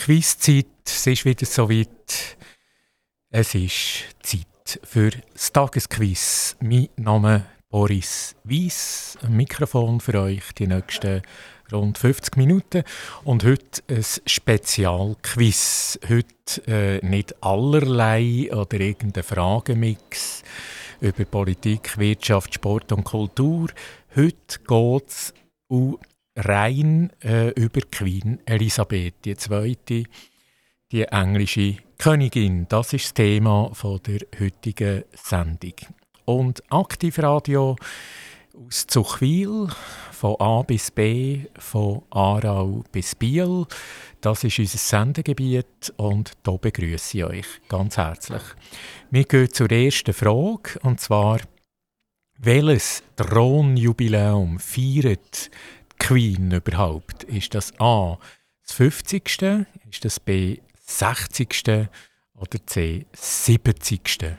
Quizzeit, es ist wieder soweit. Es ist Zeit für das Tagesquiz. Mein Name ist Boris Weiss, ein Mikrofon für euch die nächsten rund 50 Minuten. Und heute ein Spezialquiz. Heute nicht allerlei oder irgendein Fragemix über Politik, Wirtschaft, Sport und Kultur. Heute geht es rein über Queen Elisabeth, die zweite, die englische Königin. Das ist das Thema von der heutigen Sendung. Und Aktivradio aus Zuchwil, von A bis B, von Aarau bis Biel. Das ist unser Sendegebiet und hier begrüße ich euch ganz herzlich. Wir gehen zur ersten Frage, und zwar: Welches Thronjubiläum feiert die Queen überhaupt? Ist das A, das 50., ist das B, das 60. oder C, das 70.?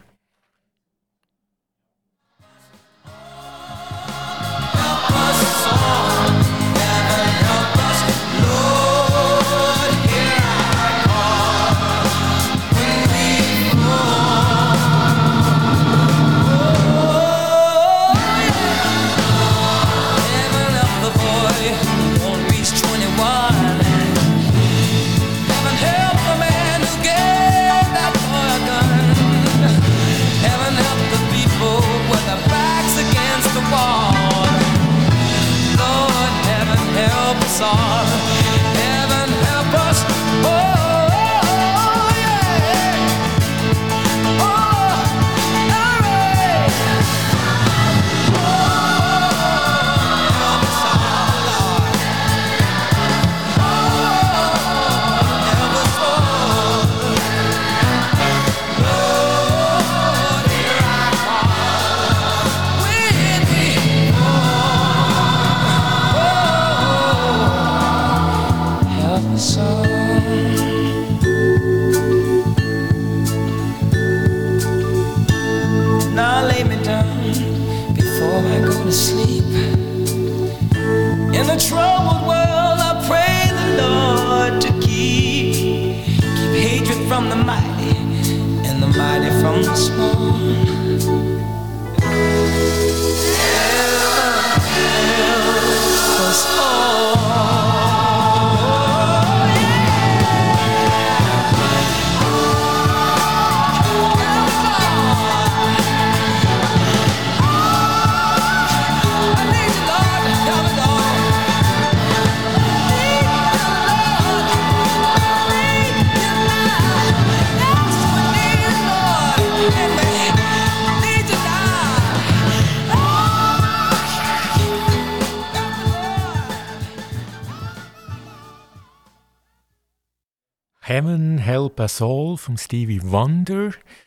Heaven Help Us All von Stevie Wonder.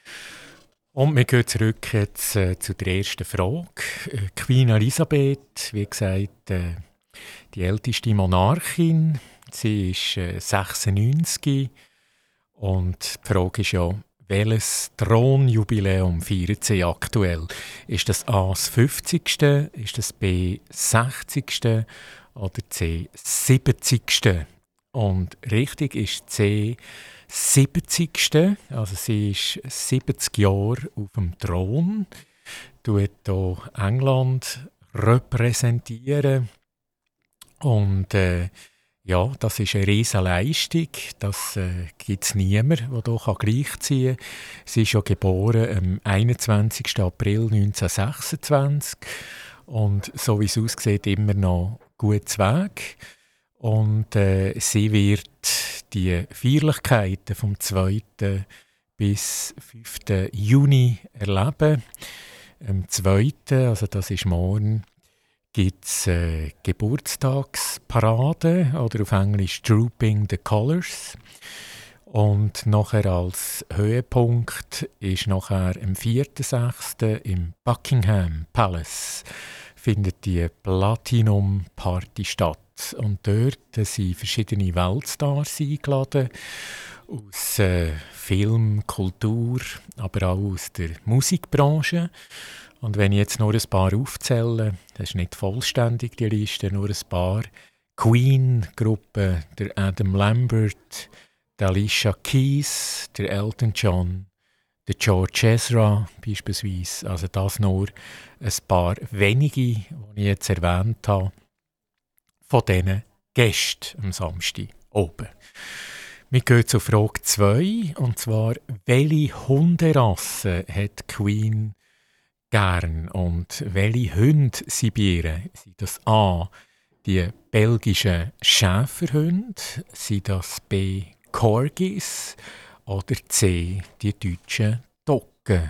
Und wir gehen zurück jetzt zu der ersten Frage. Queen Elisabeth, wie gesagt, die älteste Monarchin. Sie ist 96. Und die Frage ist ja, welches Thronjubiläum feiert sie aktuell? Ist das A das 50., ist das B das 60. oder C das 70.? Und richtig ist C, 70. Also sie ist 70 Jahre auf dem Thron, tut hier England repräsentieren. Und ja, das ist eine riesige Leistung. Das gibt es niemand, der hier gleichziehen kann. Sie ist ja geboren am 21. April 1926 und so wie es aussieht, immer noch gut Weg. Und sie wird die Feierlichkeiten vom 2. bis 5. Juni erleben. Am 2., also das ist morgen, gibt es Geburtstagsparade oder auf Englisch Drooping the Colours. Und nachher als Höhepunkt ist nachher am 4.6. im Buckingham Palace findet die Platinum Party statt. Und dort sind verschiedene Weltstars eingeladen, aus Film, Kultur, aber auch aus der Musikbranche. Und wenn ich jetzt nur ein paar aufzähle, das ist nicht vollständig die Liste, nur ein paar. Queen-Gruppe, der Adam Lambert, der Alicia Keys, der Elton John, der George Ezra beispielsweise. Also das nur ein paar wenige, die ich jetzt erwähnt habe, von diesen Gästen am Samstag oben. Wir gehen zur Frage 2, und zwar, welche Hunderasse hat Queen gern und welche Hunde sie bei ihr? Sind das A, die belgischen Schäferhunde, sind das B, Corgis oder C, die deutschen Doggen?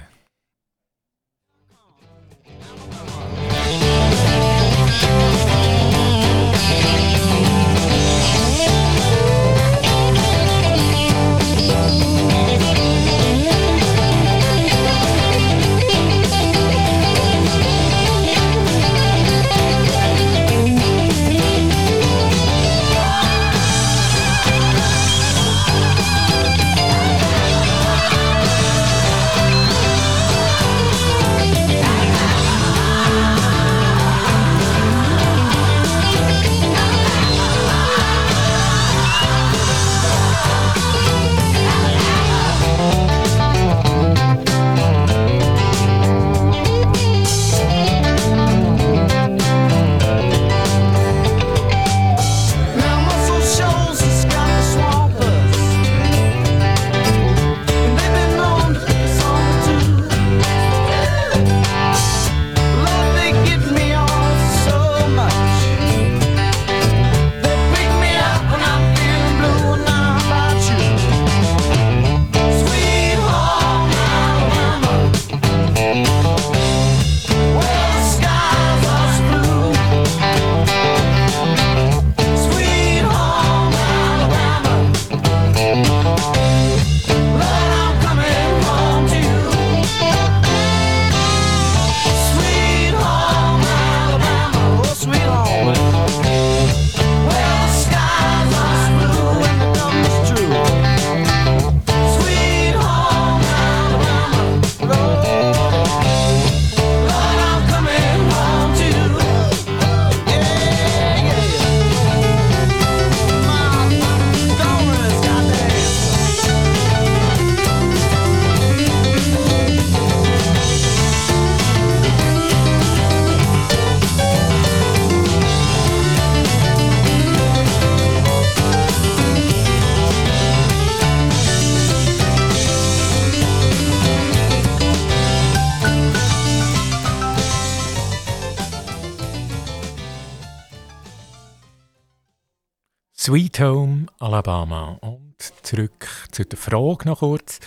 Sweet Home Alabama. Und zurück zu der Frage noch kurz.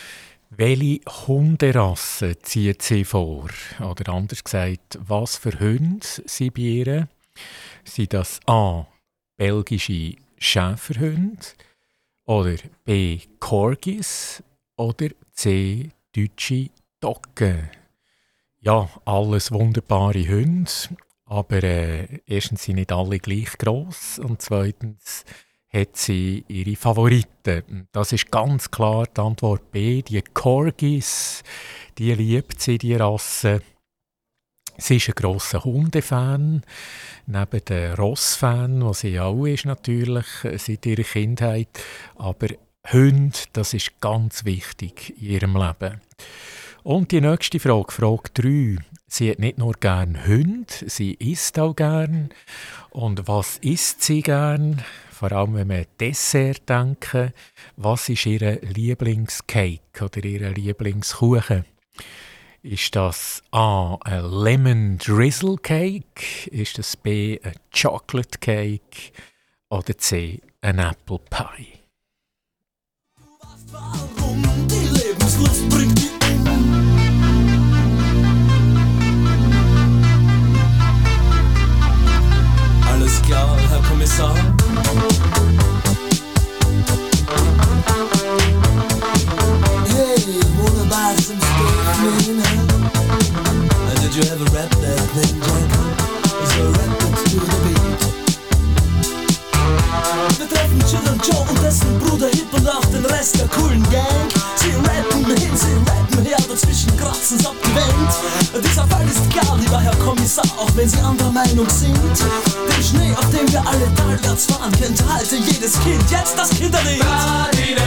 Welche Hunderasse zieht sie vor? Oder anders gesagt, was für Hunde sind bei ihr? Sind das A, belgische Schäferhunde? Oder B, Corgis? Oder C, deutsche Doggen? Ja, alles wunderbare Hunde. Aber erstens sind nicht alle gleich gross und zweitens hat sie ihre Favoriten. Das ist ganz klar die Antwort B. Die Corgis, die liebt sie, die Rasse. Sie ist ein grosser Hundefan, neben den Rossfan, was sie auch ist natürlich seit ihrer Kindheit. Aber Hunde, das ist ganz wichtig in ihrem Leben. Und die nächste Frage, Frage 3. Sie hat nicht nur gern Hunde, sie isst auch gern. Und was isst sie gern? Vor allem, wenn wir an Dessert denken. Was ist ihr Lieblingscake oder ihr Lieblingskuchen? Ist das A, ein Lemon Drizzle Cake? Ist das B, ein Chocolate Cake? Oder C, ein Apple Pie? Warum die Lebenslust bringt die Alles klar, Herr Kommissar. Hey, wanna buy some stuff, man? Did you ever rap that thing, Jack? So rap it to the beat. Wir treffen Chillin' Joe und dessen Bruder Hip und auch den Rest der coolen Gang. Sie rappen hin, sie rappen her, dazwischen kratzen's ab die Wand. Dieser Fall ist klar, lieber Herr Kommissar, auch wenn Sie anderer Meinung sind. Den Schnee, auf dem wir alle talwärts fahren, kennt halte jedes Kind jetzt das Kinderlied.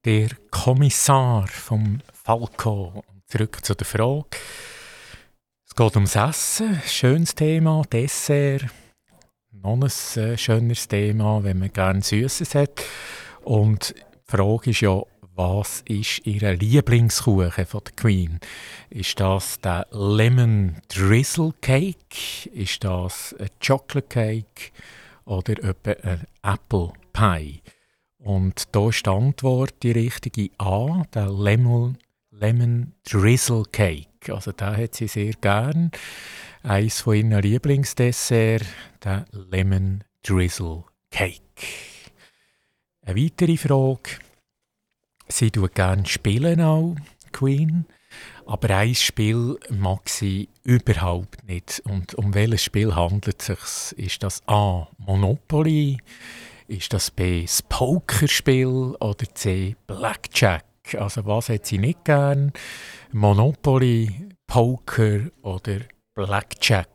Der Kommissar vom Falco. Zurück zu der Frage. Es geht ums Essen. Schönes Thema. Dessert. Noch ein schöneres Thema, wenn man gerne Süßes hat. Und die Frage ist ja, was ist Ihr Lieblingskuchen von der Queen? Ist das der Lemon Drizzle Cake? Ist das ein Chocolate Cake? Oder etwa ein Apple Pie? Und da ist die Antwort die richtige A, der Lemon Drizzle Cake. Also da hat sie sehr gern. Eines von ihren Lieblingsdessert, der Lemon Drizzle Cake. Eine weitere Frage. Sie tut gerne spielen auch, Queen. Aber ein Spiel mag sie überhaupt nicht. Und um welches Spiel handelt es sich? Ist das A. Monopoly? Ist das B. das Pokerspiel? Oder C. Blackjack? Also was hat sie nicht gern? Monopoly, Poker oder Blackjack?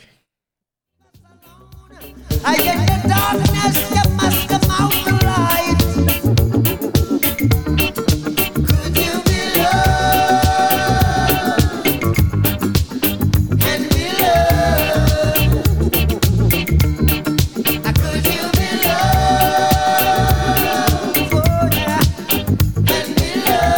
I get the darkness, you must come out the light. Could you be loved and be loved? Could you be loved, oh yeah, and be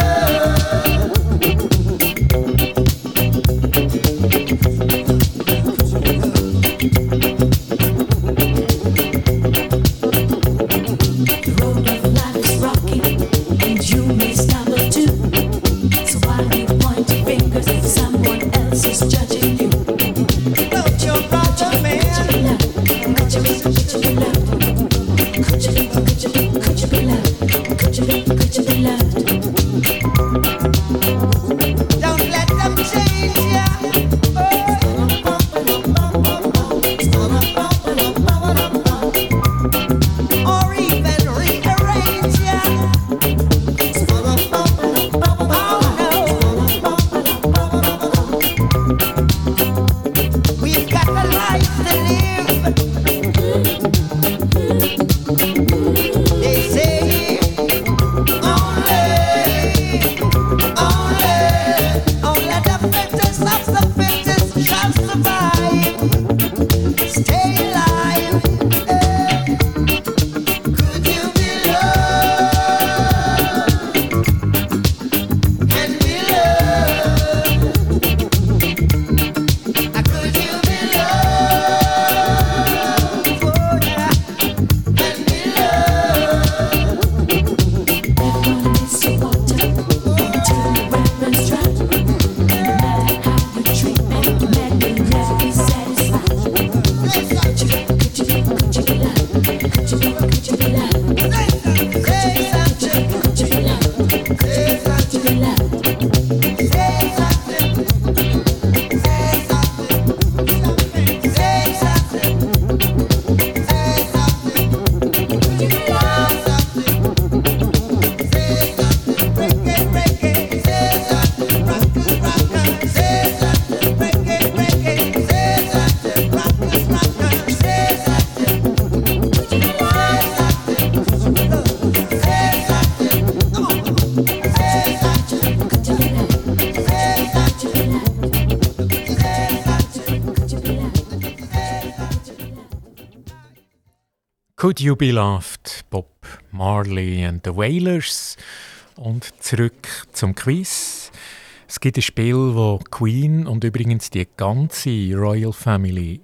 Could You Be Loved? Bob Marley and the Wailers. Und zurück zum Quiz. Es gibt ein Spiel, wo Queen und übrigens die ganze Royal Family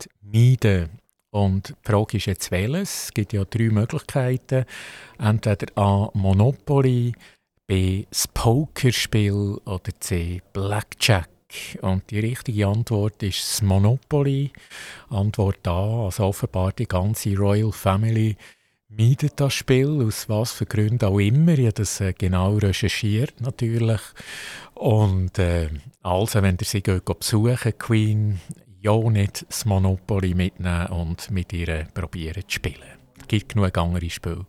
meiden. Und die Frage ist jetzt welches. Es gibt ja 3 Möglichkeiten. Entweder A. Monopoly, B. das Pokerspiel oder C. Blackjack. Und die richtige Antwort ist das Monopoly. Antwort A, also offenbar die ganze Royal Family meidet das Spiel, aus was für Gründen auch immer. Ich habe das genau recherchiert natürlich. Und also, wenn ihr sie besuchen, Queen, ja nicht das Monopoly mitnehmen und mit ihr probieren zu spielen. Es gibt genug andere Spiele.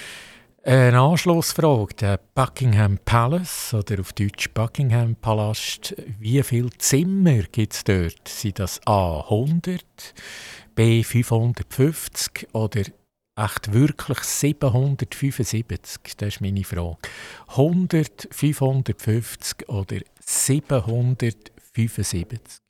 Eine Anschlussfrage, der Buckingham Palace oder auf Deutsch Buckingham Palast, wie viele Zimmer gibt es dort? Sind das A 100, B 550 oder echt wirklich 775? Das ist meine Frage. 100, 550 oder 775?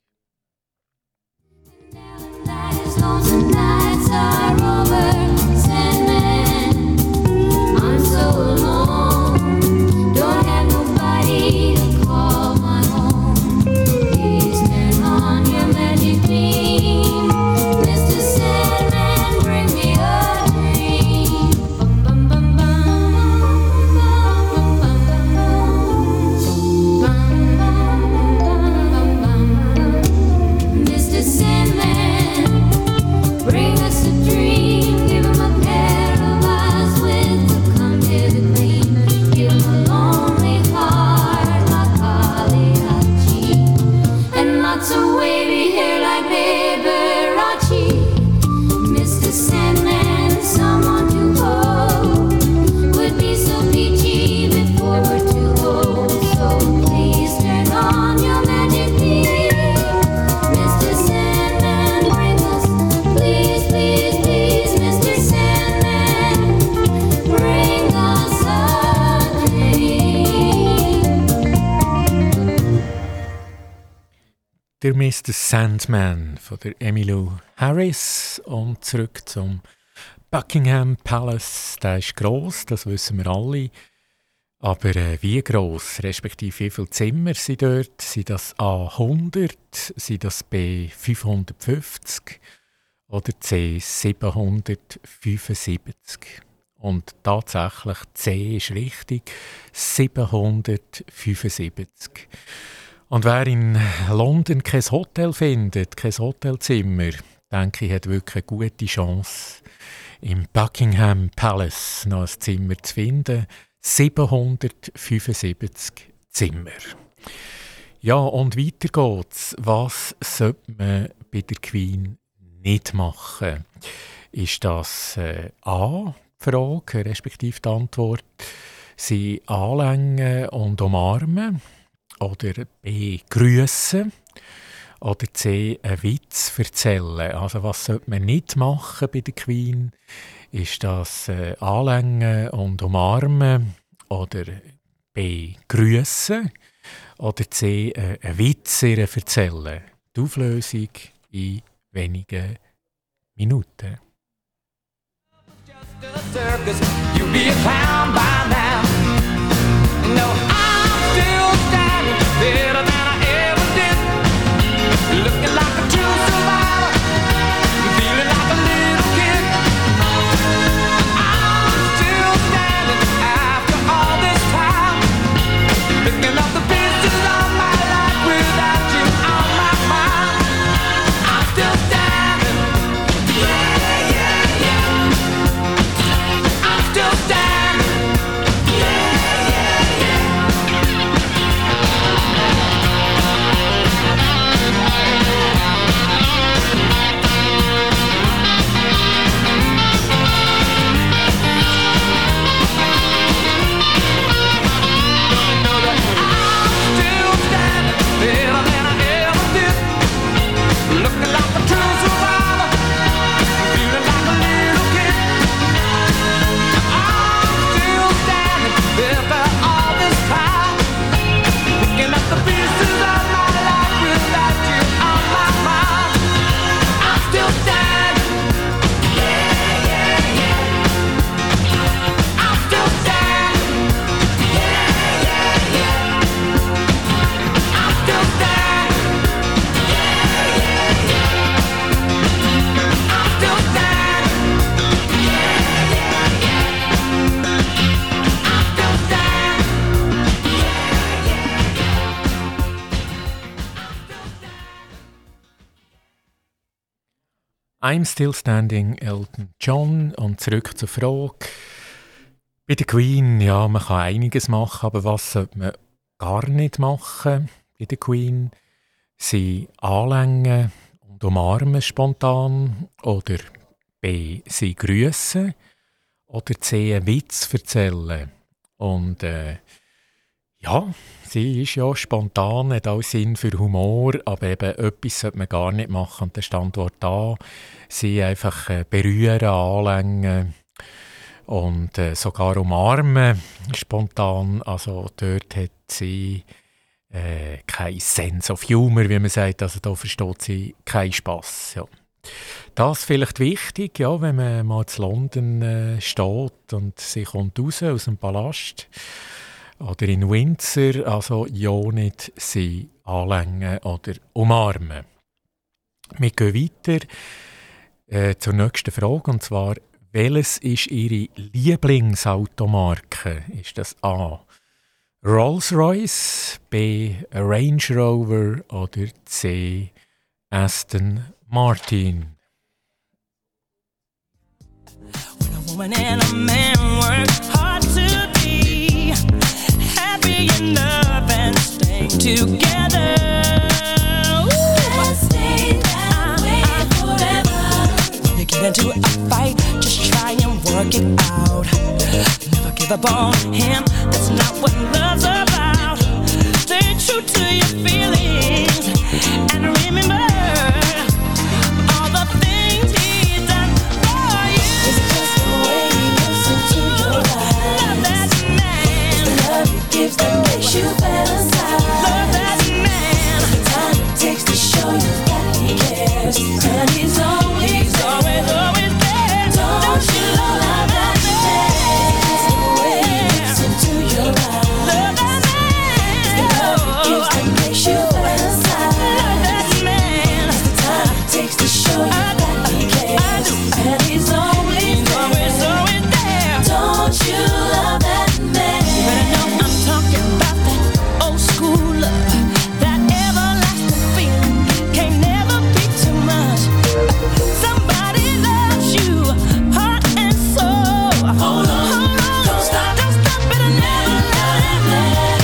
Der Mr. Sandman von der Emmylou Harris und zurück zum Buckingham Palace. Der ist gross, das wissen wir alle. Aber wie gross, respektive wie viele Zimmer sind dort? Sind das A 100, sind das B 550 oder C 775? Und tatsächlich C ist richtig, 775. Und wer in London kein Hotel findet, kein Hotelzimmer, denke ich, hat wirklich eine gute Chance, im Buckingham Palace noch ein Zimmer zu finden. 775 Zimmer. Ja, und weiter geht's. Was sollte man bei der Queen nicht machen? Ist das A, die Frage, respektive die Antwort, sie anlängen und umarmen? Oder B, grüssen? Oder C, einen Witz erzählen? Also was sollte man nicht machen bei der Queen? Ist das anlängen und umarmen? Oder B, grüssen? Oder C, einen Witz erzählen? Die Auflösung in wenigen Minuten. Better than I ever did. Looking like a true survivor, feeling like a little kid. I'm still standing after all this time, picking up the pieces of my life without you on my mind. I'm still standing, yeah, yeah, yeah. I'm still standing, yeah, yeah, yeah. I'm Still Standing, Elton John. Und zurück zur Frage. Bei der Queen, ja, man kann einiges machen, aber was sollte man gar nicht machen bei der Queen? Sie anlängen und umarmen spontan oder B, sie grüssen oder C, einen Witz erzählen. Und Ja, sie ist ja spontan, hat auch Sinn für Humor, aber eben etwas sollte man gar nicht machen. Und der Standort da, sie einfach berühren, anlängen und sogar umarmen, spontan. Also dort hat sie kein Sense of Humor, wie man sagt. Also da versteht sie keinen Spass. Ja. Das ist vielleicht wichtig, ja, wenn man mal in London steht und sie kommt raus aus dem Palast. Oder in Windsor, also ja nicht sie anlängen oder umarmen. Wir gehen weiter zur nächsten Frage, und zwar, welches ist Ihre Lieblingsautomarke? Ist das A. Rolls-Royce, B. Range Rover oder C. Aston Martin? When a woman and a man work hard to be happy in love and staying together. Let's stay that way forever. When you get into a fight, just try and work it out. Never give up on him, that's not what love's about. Stay true to your feelings and remember all the things he's done for you. It's just the way he lives into your life. Love that man. It's the love he gives that makes you fantasize. Love that man. It's the time it takes to show you that he cares. And he's always there. Don't you love that man? It's the way he lives into your life. Love that man. It's the love he gives that makes you fantasize. Love that man. It's the time it takes to show you that he cares. And he's always there. Don't you love that man? You better know I'm talking about that old school love, that everlasting feeling. Can't never be too much. Somebody loves you, heart and soul. Hold on, don't stop, it'll never let go.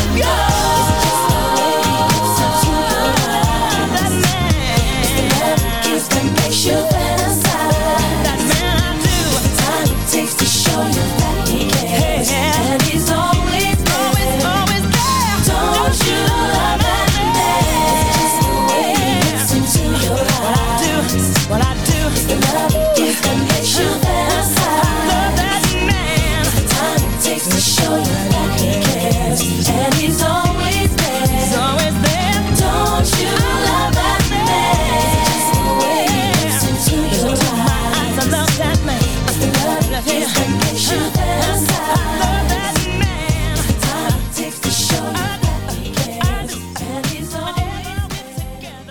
It's just the way he lives into your life. That man, it's the love he gives that makes you fantasize. That man I do. The time it takes to show you that he cares. And he's always there. Don't you love that man? It's just the way he lives into your life. What I do, it's the love he gives that makes you fantasize. I love that man. It's the time it takes to show you that he cares. And he's always there. Don't you love that man? It's just the way he lives into your life. I love that man. It's the love he gives that makes you fantasize. I love that man. It's the time it takes to show you that he cares. And he's always together.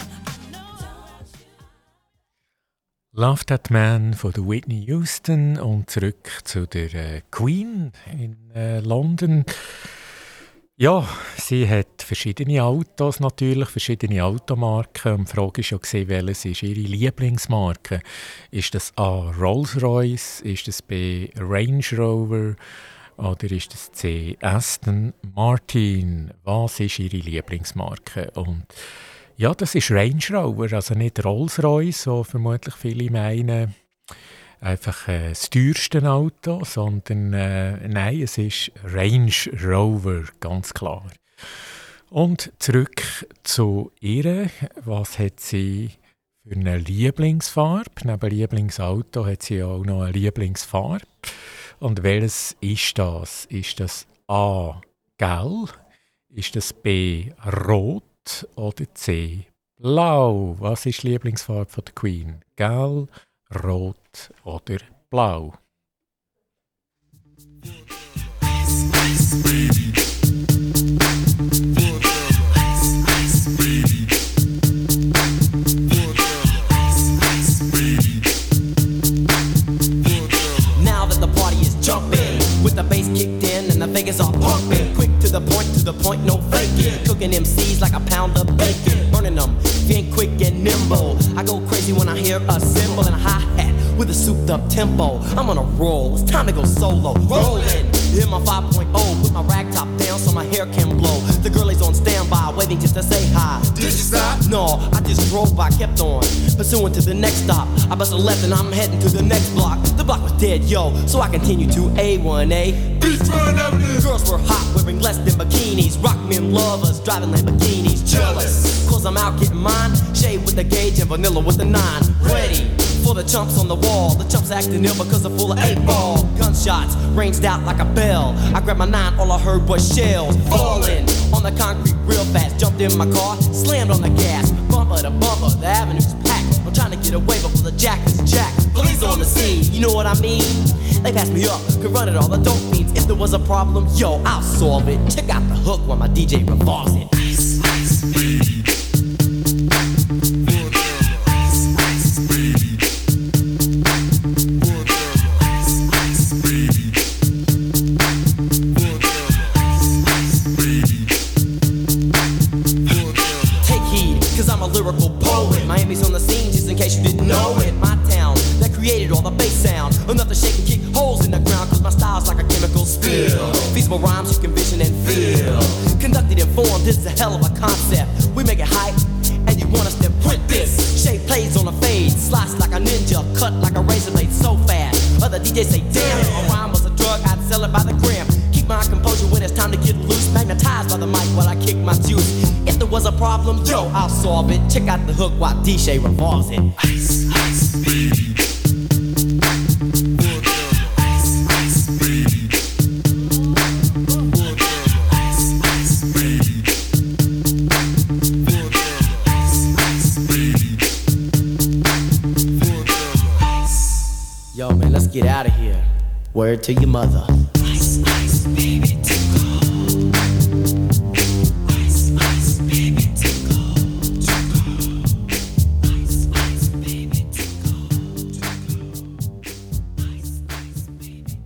Love That Man von der Whitney Houston und zurück zu der Queen in London. Ja, sie hat verschiedene Autos natürlich, verschiedene Automarken. Und die Frage ist ja gewesen, welches ist ihre Lieblingsmarke? Ist das A. Rolls-Royce, ist das B. Range Rover oder ist das C. Aston Martin? Was ist ihre Lieblingsmarke? Und ja, das ist Range Rover, also nicht Rolls-Royce, so vermutlich viele meinen, einfach das teuerste Auto, sondern nein, es ist Range Rover, ganz klar. Und zurück zu ihr. Was hat sie für eine Lieblingsfarbe? Neben Lieblingsauto hat sie auch noch eine Lieblingsfarbe. Und welches ist das? Ist das A. Gelb? Ist das B. Rot? Oder C. Blau? Was ist die Lieblingsfarbe von der Queen? Gelb, Rot oder Blau? Now that the party is jumping, with the bass kicked in and the Vegas are pumping, quick to the point, no faking. Cooking MCs like a pound of bacon, burning them, being quick and nimble. I go crazy when I hear a cymbal and a hi-hat with a souped up tempo. I'm on a roll, it's time to go solo. Rolling, Hit my 5.0, put my rag top down so my hair can blow. The girl is on standby, waiting just to say hi. Did you stop? No, I just drove by, kept on, pursuing to the next stop. I bust a left and I'm heading to the next block. The block was dead, yo, so I continued to A1A. Girls were hot, wearing less than bikinis. Rock men lovers, driving Lamborghinis. Jealous, cause I'm out getting mine. Shade with the gauge and vanilla with the 9. Ready for the chumps on the wall. The chumps acting ill because they're full of 8-ball. Gunshots ranged out like a bell. I grabbed my 9, all I heard was shells falling on the concrete real fast. Jumped in my car, slammed on the gas. Bumper to bumper, the avenue's packed. I'm trying to get away before the jack is jacked. Police on the scene, you know what I mean? They passed me up, could run it all, the dope fiends. If there was a problem, yo, I'll solve it. Check out the hook while my DJ revolves it. Ice, ice, baby. Lyrical poet, Miami's on the scene, just in case you didn't know it. My town that created all the bass sound, enough to shake and kick holes in the ground. Cause my style's like a chemical spill. Feasible rhymes you can vision and feel. Conducted in form, this is a hell of a concept. We make it hype, and you want us to print this. Shape plays on a fade, slice like a ninja, cut like a razor blade so fast. Other DJs say, damn, if a rhyme was a drug, I'd sell it by the gram. Keep my composure when it's time to get loose. Magnetized by the mic while I kick my juice. If there was a problem, yo, I'll solve it. Check out the hook while DJ revolves it. Ice, ice, baby. Ice, ice, baby. Ice, ice, baby. Ice, ice, baby. Yo, man, let's get out of here. Word to your mother. Ice, ice, baby, tickle. Ice, ice, baby, tickle. Ice, ice, baby, tickle. Ice, ice, baby,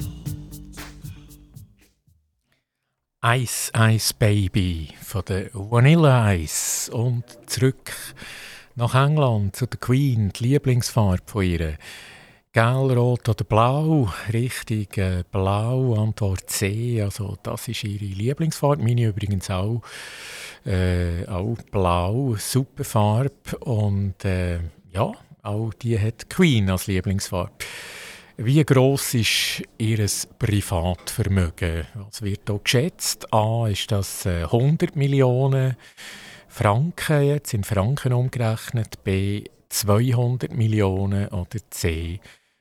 tickle. Ice Ice Baby von der Vanilla Ice. Und zurück nach England zu der Queen, die Lieblingsfarbe von ihr. Gel, Rot oder Blau? Richtig, Blau, Antwort C. Also das ist ihre Lieblingsfarbe. Meine übrigens auch. Auch Blau, super Farbe. Und ja, auch die hat Queen als Lieblingsfarbe. Wie gross ist ihr Privatvermögen? Was wird hier geschätzt? A, ist das 100 Millionen Franken, jetzt in Franken umgerechnet. B, 200 Millionen oder C,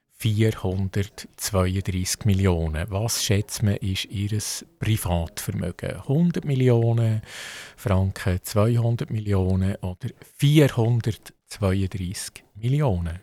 432 Millionen. Was schätzt man, ist ihr Privatvermögen? 100 Millionen Franken, 200 Millionen oder 432 Millionen?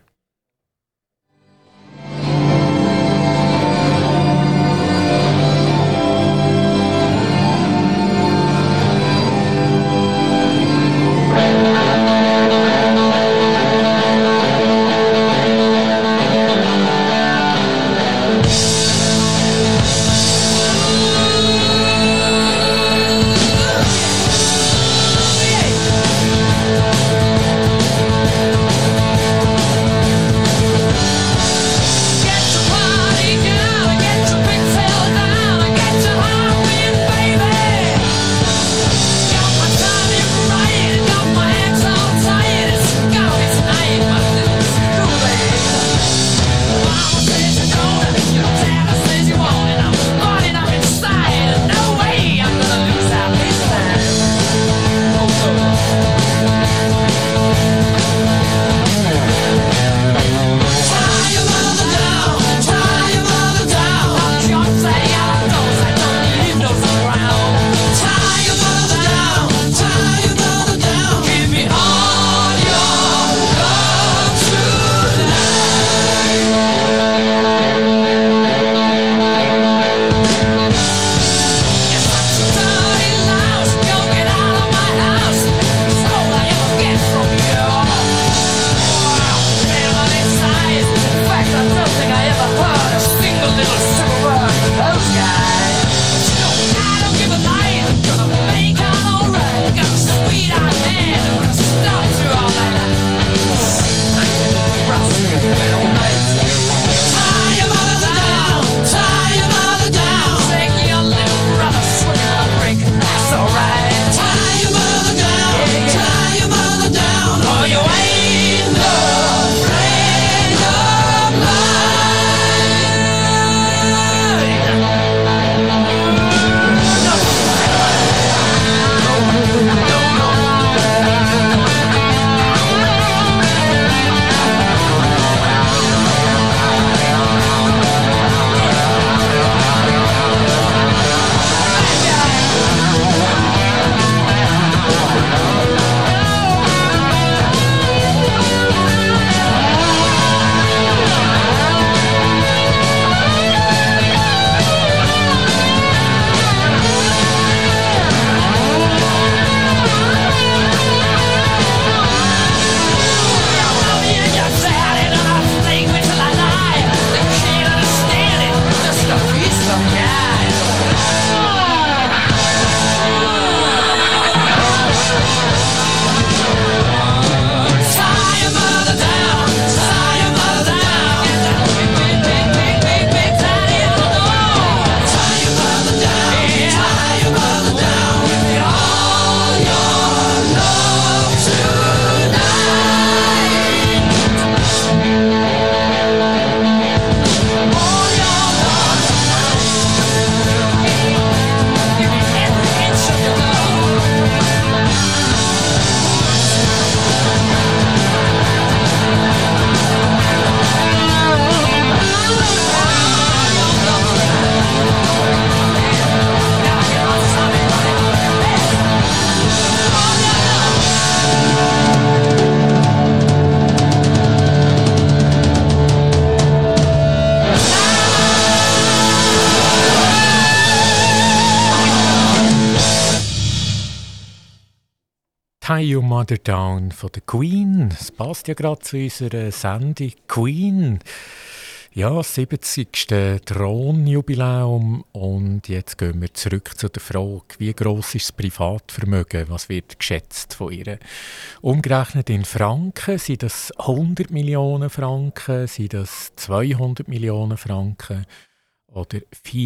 «Tie Your Mother Down» von der Queen. Das passt ja gerade zu unserer Sendung Queen. Ja, das 70. Thronjubiläum. Und jetzt gehen wir zurück zu der Frage, wie gross ist das Privatvermögen? Was wird geschätzt von ihr? Umgerechnet in Franken, sind das 100 Millionen Franken, sind das 200 Millionen Franken oder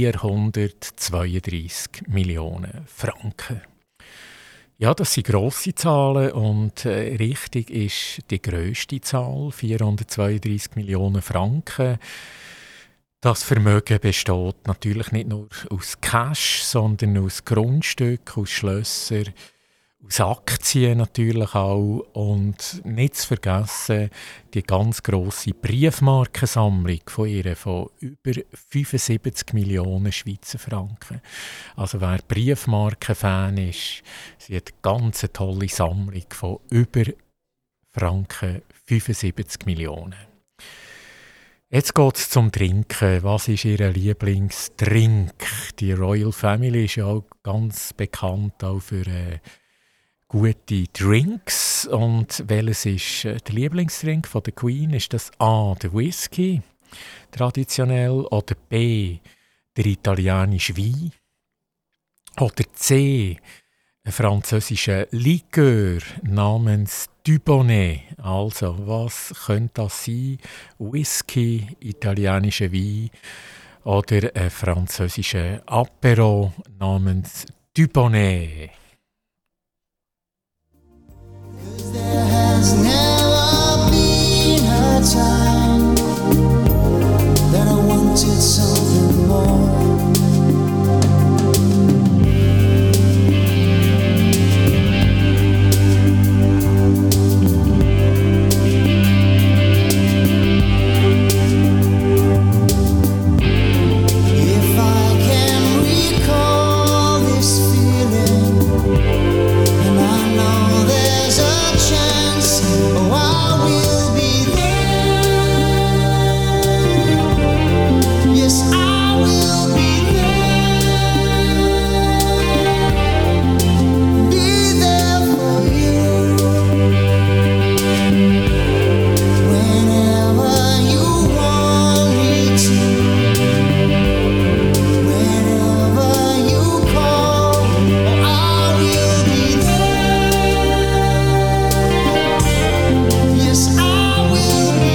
432 Millionen Franken? Ja, das sind grosse Zahlen und richtig ist die grösste Zahl, 432 Millionen Franken. Das Vermögen besteht natürlich nicht nur aus Cash, sondern aus Grundstücken, aus Schlössern, aus Aktien natürlich auch und nicht zu vergessen die ganz grosse Briefmarkensammlung von ihr von über 75 Millionen Schweizer Franken. Also wer Briefmarkenfan ist, sie hat eine ganz tolle Sammlung von über Franken 75 Millionen. Jetzt geht es zum Trinken. Was ist ihr Lieblingsdrink? Die Royal Family ist ja auch ganz bekannt auch für gute Drinks. Und welches ist der Lieblingsdrink von der Queen? Ist das A, der Whisky, traditionell, oder B, der italienische Wein, oder C, ein französischer Likör namens Dubonnet. Also, was könnte das sein? Whisky, italienischer Wein oder ein französischer Apéro namens Dubonnet? There has never been a time that I wanted something more. If I can recall this feeling, and I know there's a chance, oh, I will be there. Yes, I will be there. Be there for you whenever you want me to. Whenever you call, oh, I will be there. Yes, I will be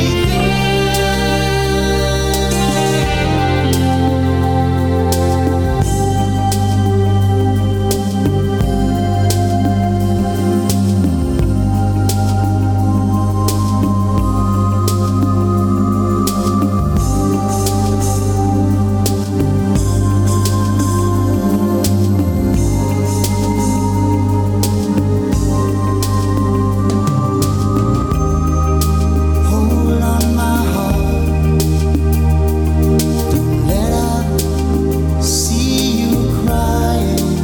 hold on my heart. Don't let her see you crying.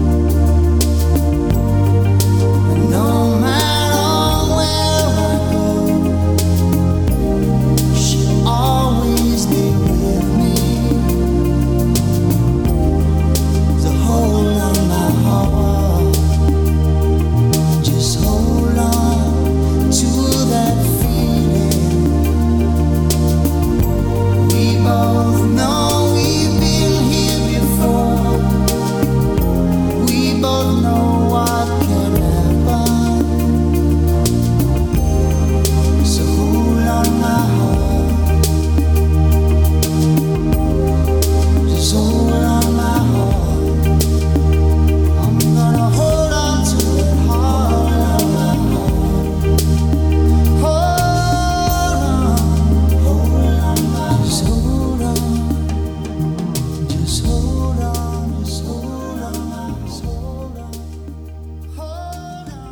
No matter where I go, she'll always be with me. So hold on my heart. Just hold on to that feeling. We both know we've been here before. We both know what can happen. So hold on my heart. Just hold on my heart. I'm gonna hold on to it hard. Hold on, just hold on. Just hold on, just hold on, just hold on. Hold on.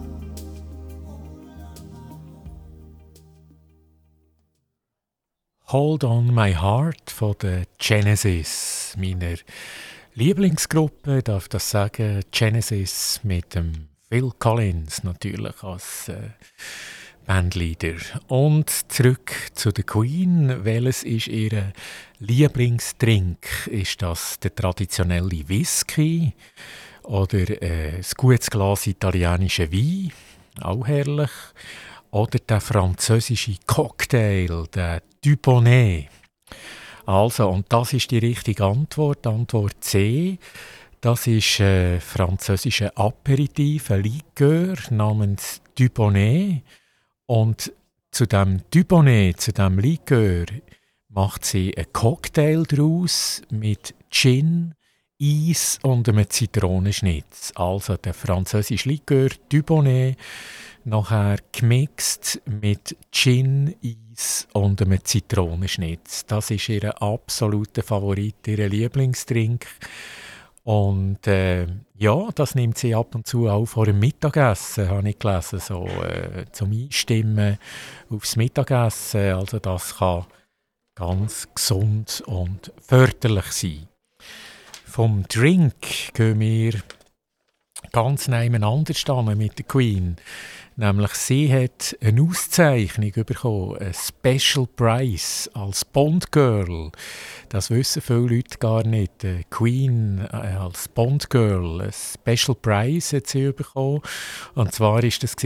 «Hold on my heart» von der Genesis, meiner Lieblingsgruppe, darf das sagen. Genesis mit dem Phil Collins natürlich als Bandleader. Und zurück zu der Queen. Welches ist ihr Lieblingsdrink? Ist das der traditionelle Whisky oder ein gutes Glas italienischer Wein? Auch herrlich. Oder der französische Cocktail, der Dubonnet. Also, und das ist die richtige Antwort. Antwort C. Das ist ein französischer Aperitif, ein Likör namens Dubonnet. Und zu dem Dubonnet, zu dem Likör, macht sie einen Cocktail daraus mit Gin, Eis und einem Zitronenschnitz. Also der französische Likör Dubonnet, nachher gemixt mit Gin, Eis und einem Zitronenschnitz. Das ist ihr absoluter Favorit, ihr Lieblingsdrink. Und ja, das nimmt sie ab und zu auch vor dem Mittagessen, habe ich gelesen, so zum Einstimmen aufs Mittagessen. Also das kann ganz gesund und förderlich sein. Vom Drink gehen wir ganz nebeneinander stehen mit der Queen. Nämlich sie hat eine Auszeichnung bekommen, einen Special Prize als Bond Girl. Das wissen viele Leute gar nicht. Die Queen als Bond Girl, einen Special Prize hat sie bekommen. Und zwar ist das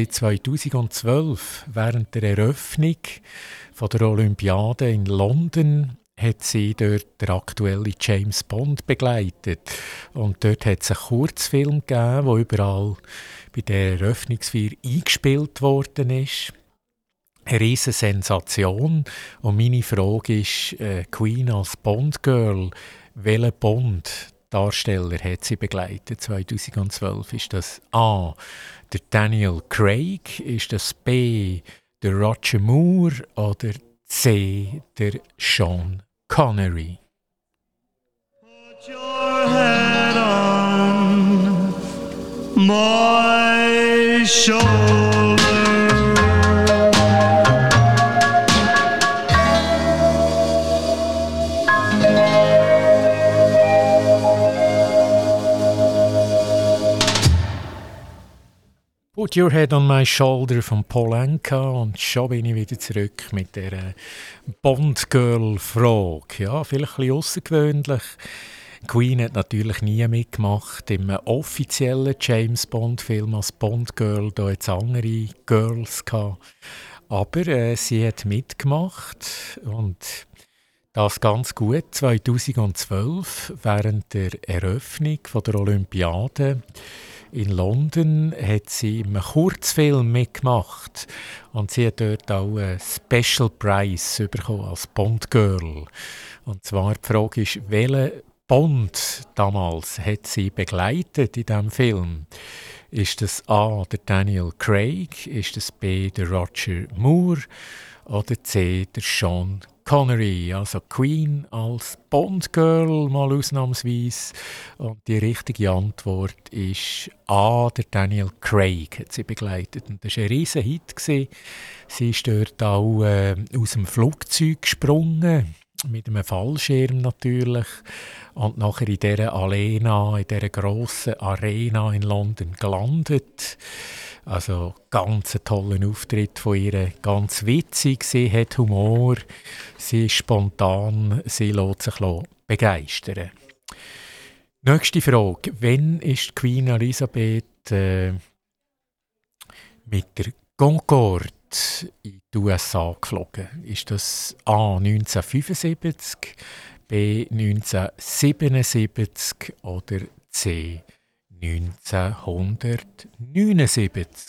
2012, während der Eröffnung von der Olympiade in London, hat sie dort den aktuellen James Bond begleitet. Und dort hat es einen Kurzfilm gegeben, der überall bei der Eröffnungsfeier eingespielt worden ist. Eine riesige Sensation. Und meine Frage ist, Queen als Bond-Girl, welchen Bond-Darsteller hat sie begleitet 2012? Ist das A, der Daniel Craig? Ist das B, der Roger Moore? Oder C, der Sean Connery? Put your head on my shoulder. Put Your Head on My Shoulder von Paul Anka, und schon bin ich wieder zurück mit der Bond-Girl-Frage. Ja, vielleicht ein bisschen außergewöhnlich. Queen hat natürlich nie mitgemacht im offiziellen James-Bond-Film als Bond-Girl. Da hat es andere Girls gehabt. Aber sie hat mitgemacht, und das ganz gut 2012 während der Eröffnung von der Olympiade. In London hat sie im Kurzfilm mitgemacht, und sie hat dort auch einen Special Prize bekommen als Bond Girl. Und zwar die Frage ist, welchen Bond damals hat sie begleitet in diesem Film? Ist das A, der Daniel Craig, ist das B, der Roger Moore oder C, der Sean Connery? Also Queen als Bond-Girl mal ausnahmsweise. Und die richtige Antwort ist A, der Daniel Craig hat sie begleitet. Und das war ein riesen Hit. Sie ist dort auch aus dem Flugzeug gesprungen, mit einem Fallschirm natürlich. Und nachher in dieser grossen Arena in London gelandet. Also ganz ein toller Auftritt von ihr, ganz witzig, sie hat Humor, sie ist spontan, sie lässt sich begeistern. Nächste Frage, wann ist Queen Elisabeth mit der Concorde in die USA geflogen? Ist das A 1975, B 1977 oder C 1979?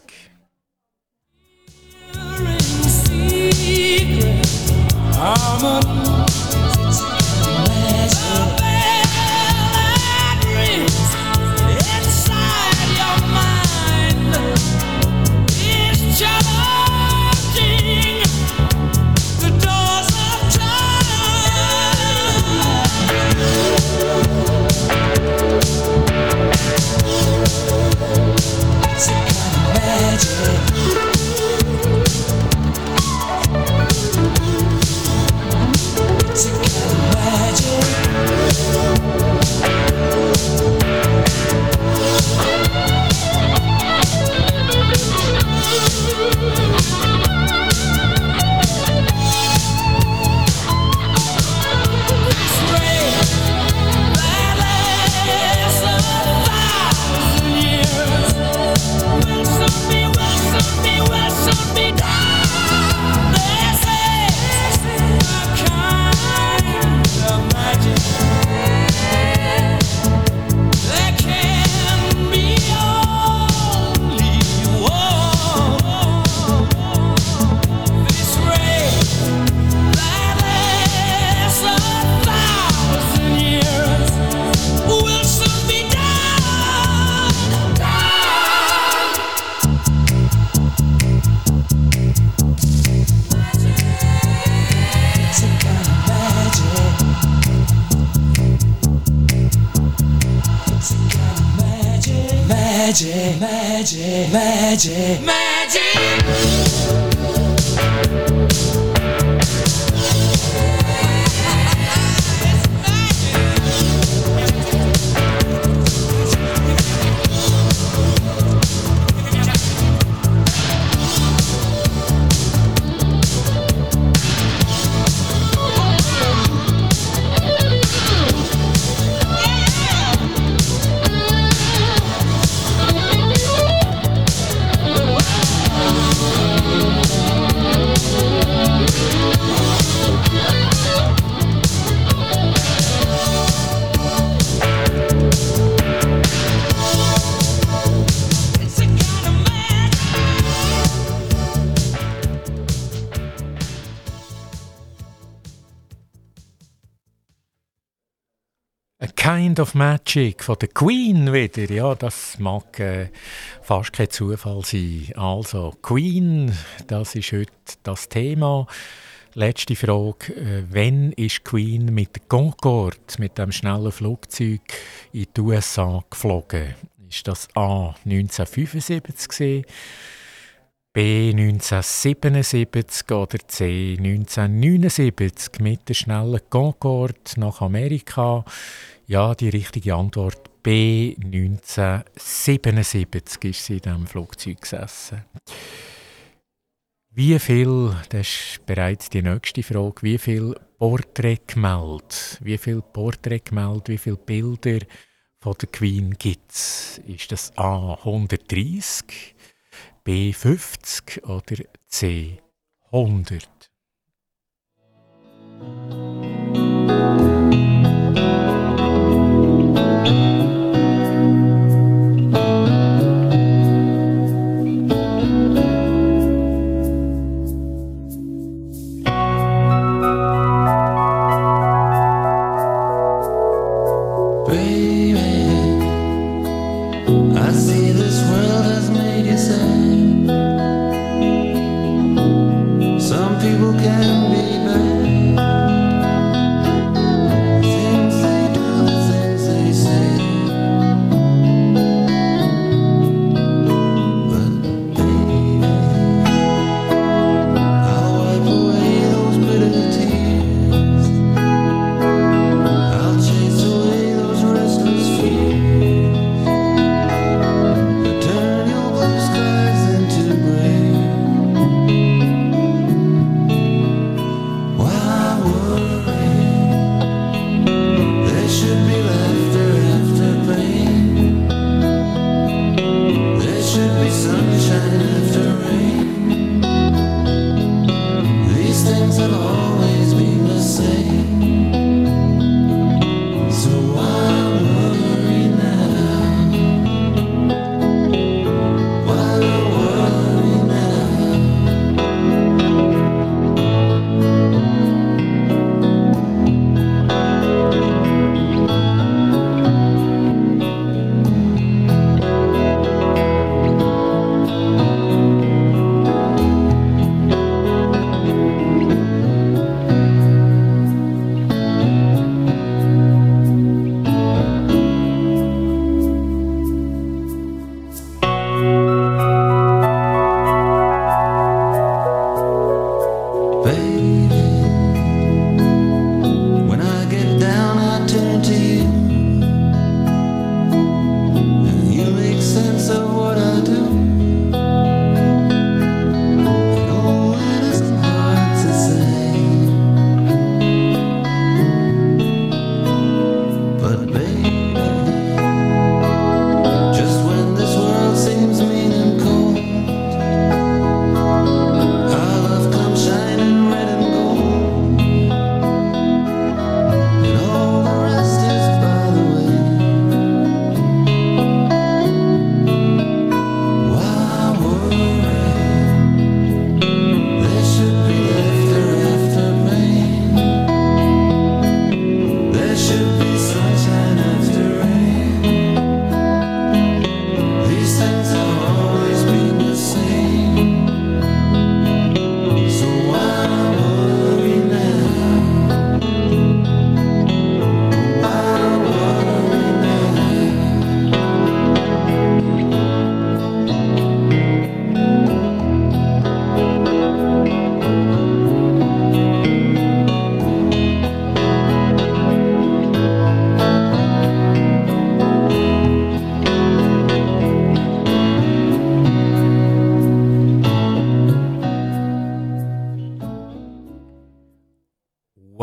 magic, magic, magic, magic. Kind of Magic von der Queen wieder. Ja, das mag fast kein Zufall sein. Also, Queen, das ist heute das Thema. Letzte Frage. Wann ist Queen mit der Concorde, mit dem schnellen Flugzeug, in die USA geflogen? Ist das A. 1975 gewesen, B. 1977 oder C. 1979 mit der schnellen Concorde nach Amerika? Ja, die richtige Antwort B. 1977 ist sie in diesem Flugzeug gesessen. Wie viel, das ist bereits die nächste Frage, wie viel Porträtgemälde, wie viele Bilder von der Queen gibt es? Ist das A. 130, B. 50 oder C. 100?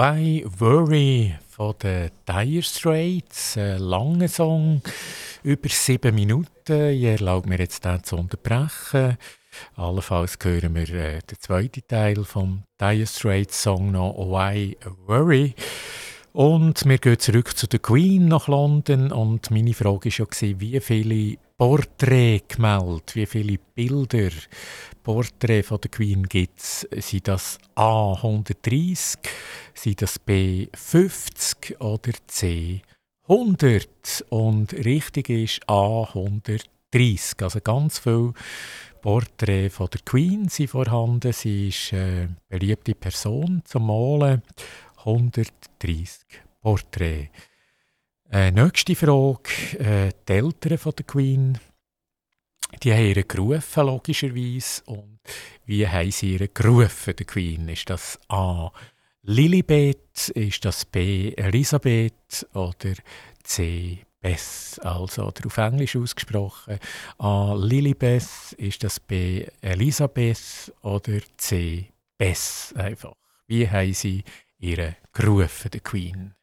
«Why Worry» von den Dire Straits. Ein langer Song, über 7 Minuten. Ich erlaube mir jetzt, den zu unterbrechen. Allenfalls hören wir den zweiten Teil vom Dire Straits Song noch «Why Worry». Und wir gehen zurück zu der Queen nach London. Und meine Frage war ja, wie viele Porträts gemeldet, wie viele Bilder, Porträts von der Queen gibt es? Sind das A 130, sind das B 50 oder C 100? Und richtig ist A 130. Also ganz viele Porträts von der Queen sind vorhanden. Sie ist eine beliebte Person zum Malen. 130 Porträts. Nächste Frage. Die Eltern von der Queen, die haben ihr gerufen, logischerweise. Und wie haben sie ihr gerufen, der Queen? Ist das A. Lilibet, ist das B. Elisabeth oder C. Bess? Also, oder auf Englisch ausgesprochen. A. Lilibet, ist das B. Elisabeth oder C. Bess? Einfach. Wie haben sie ihre gerufen, der Queen?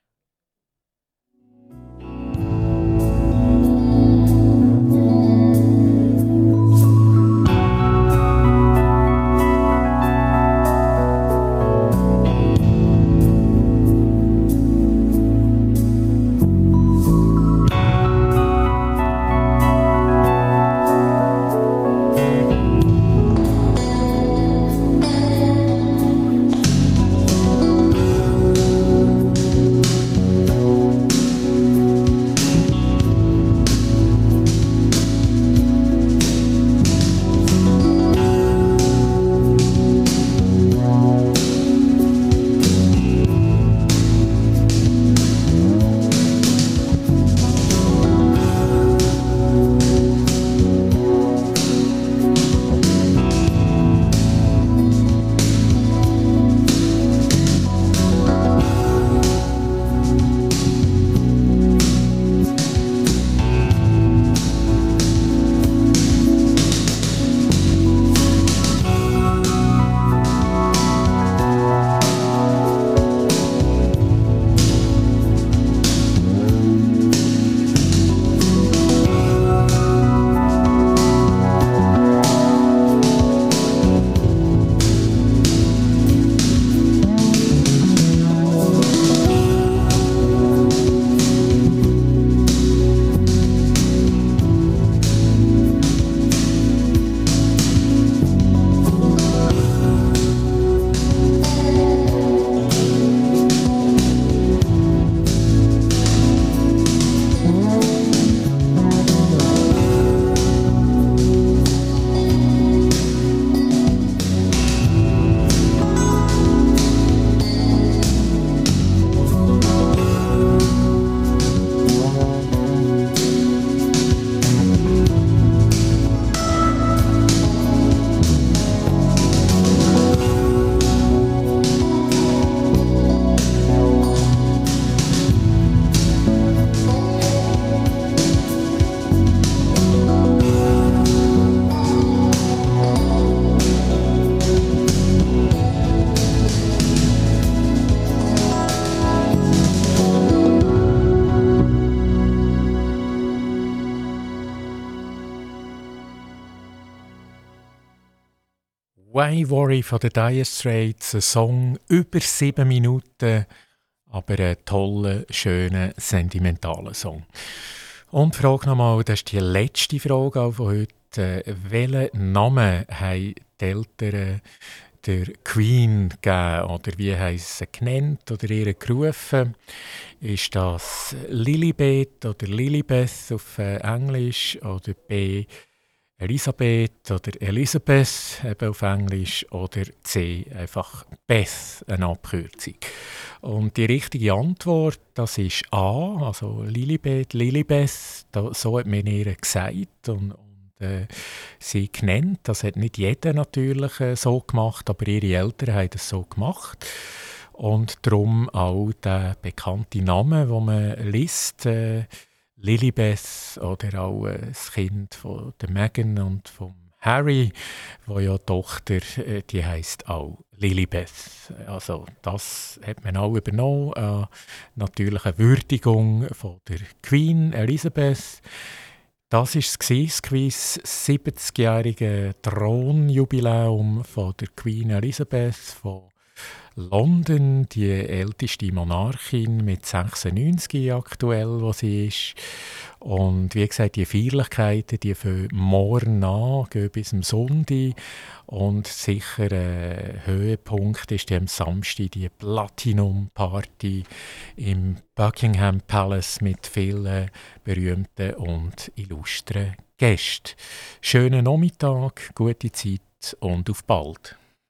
«Why Worry» von den Dire Straits, ein Song über 7 Minuten, aber ein toller, schöner, sentimentaler Song. Und die Frage nochmal, das ist die letzte Frage auch von heute. Welchen Namen haben die Eltern der Queen gegeben? Oder wie haben sie genannt oder ihr gerufen? Ist das Lilibet oder Lilibeth auf Englisch oder B. Elisabeth oder Elizabeth eben auf Englisch oder C, einfach Beth, eine Abkürzung. Und die richtige Antwort, das ist A, also Lilibet, Lilibeth, so hat man ihr gesagt und sie genannt. Das hat nicht jeder natürlich so gemacht, aber ihre Eltern haben das so gemacht. Und darum auch der bekannte Name, den man liest, Lilibeth oder auch das Kind von der Meghan und vom Harry, wo ja die Tochter, die heisst auch Lilibeth. Also das hat man auch übernommen. Natürlich eine Würdigung von der Queen Elizabeth. Das war das Quiz, 70-jährige Thronjubiläum von der Queen Elizabeth von London, die älteste Monarchin mit 96 aktuell, wo sie ist. Und wie gesagt, die Feierlichkeiten, die für morgen an, gehen bis zum Sonntag. Und sicher ein Höhepunkt ist am Samstag die Platinum-Party im Buckingham Palace mit vielen berühmten und illustren Gästen. Schönen Nachmittag, gute Zeit und auf bald.